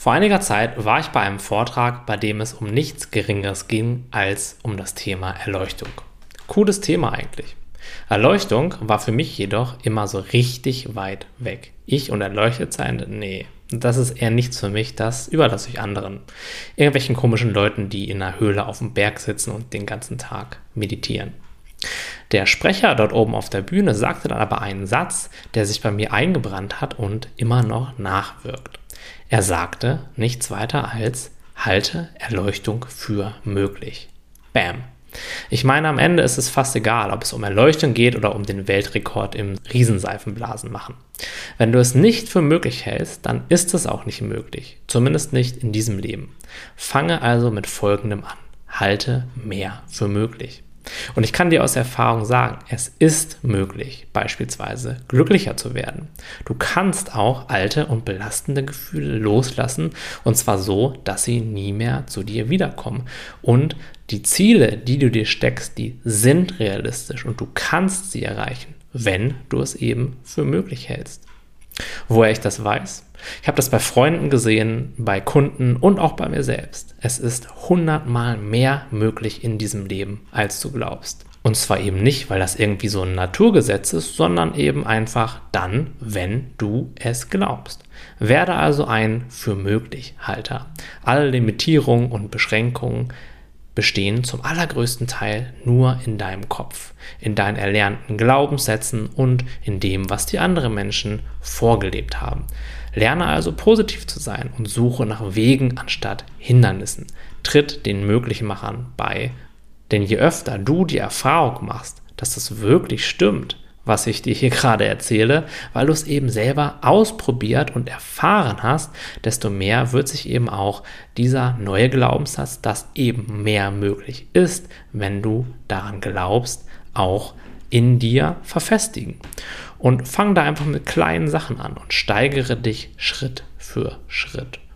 Vor einiger Zeit war ich bei einem Vortrag, bei dem es um nichts Geringeres ging als um das Thema Erleuchtung. Cooles Thema eigentlich. Erleuchtung war für mich jedoch immer so richtig weit weg. Ich und erleuchtet sein? Nee, das ist eher nichts für mich, das überlasse ich anderen. Irgendwelchen komischen Leuten, die in einer Höhle auf dem Berg sitzen und den ganzen Tag meditieren. Der Sprecher dort oben auf der Bühne sagte dann aber einen Satz, der sich bei mir eingebrannt hat und immer noch nachwirkt. Er sagte nichts weiter als: halte Erleuchtung für möglich. Bam. Ich meine, am Ende ist es fast egal, ob es um Erleuchtung geht oder um den Weltrekord im Riesenseifenblasen machen. Wenn du es nicht für möglich hältst, dann ist es auch nicht möglich. Zumindest nicht in diesem Leben. Fange also mit Folgendem an. Halte mehr für möglich. Und ich kann dir aus Erfahrung sagen, es ist möglich, beispielsweise glücklicher zu werden. Du kannst auch alte und belastende Gefühle loslassen, und zwar so, dass sie nie mehr zu dir wiederkommen. Und die Ziele, die du dir steckst, die sind realistisch und du kannst sie erreichen, wenn du es eben für möglich hältst. Woher ich das weiß? Ich habe das bei Freunden gesehen, bei Kunden und auch bei mir selbst. Es ist 100-mal mehr möglich in diesem Leben, als du glaubst. Und zwar eben nicht, weil das irgendwie so ein Naturgesetz ist, sondern eben einfach dann, wenn du es glaubst. Werde also ein Für-möglich-Halter. Alle Limitierungen und Beschränkungen bestehen zum allergrößten Teil nur in deinem Kopf, in deinen erlernten Glaubenssätzen und in dem, was die anderen Menschen vorgelebt haben. Lerne also positiv zu sein und suche nach Wegen anstatt Hindernissen. Tritt den Möglichmachern bei, denn je öfter du die Erfahrung machst, dass das wirklich stimmt, was ich dir hier gerade erzähle, weil du es eben selber ausprobiert und erfahren hast, desto mehr wird sich eben auch dieser neue Glaubenssatz, dass eben mehr möglich ist, wenn du daran glaubst, auch in dir verfestigen. Und fang da einfach mit kleinen Sachen an und steigere dich Schritt für Schritt.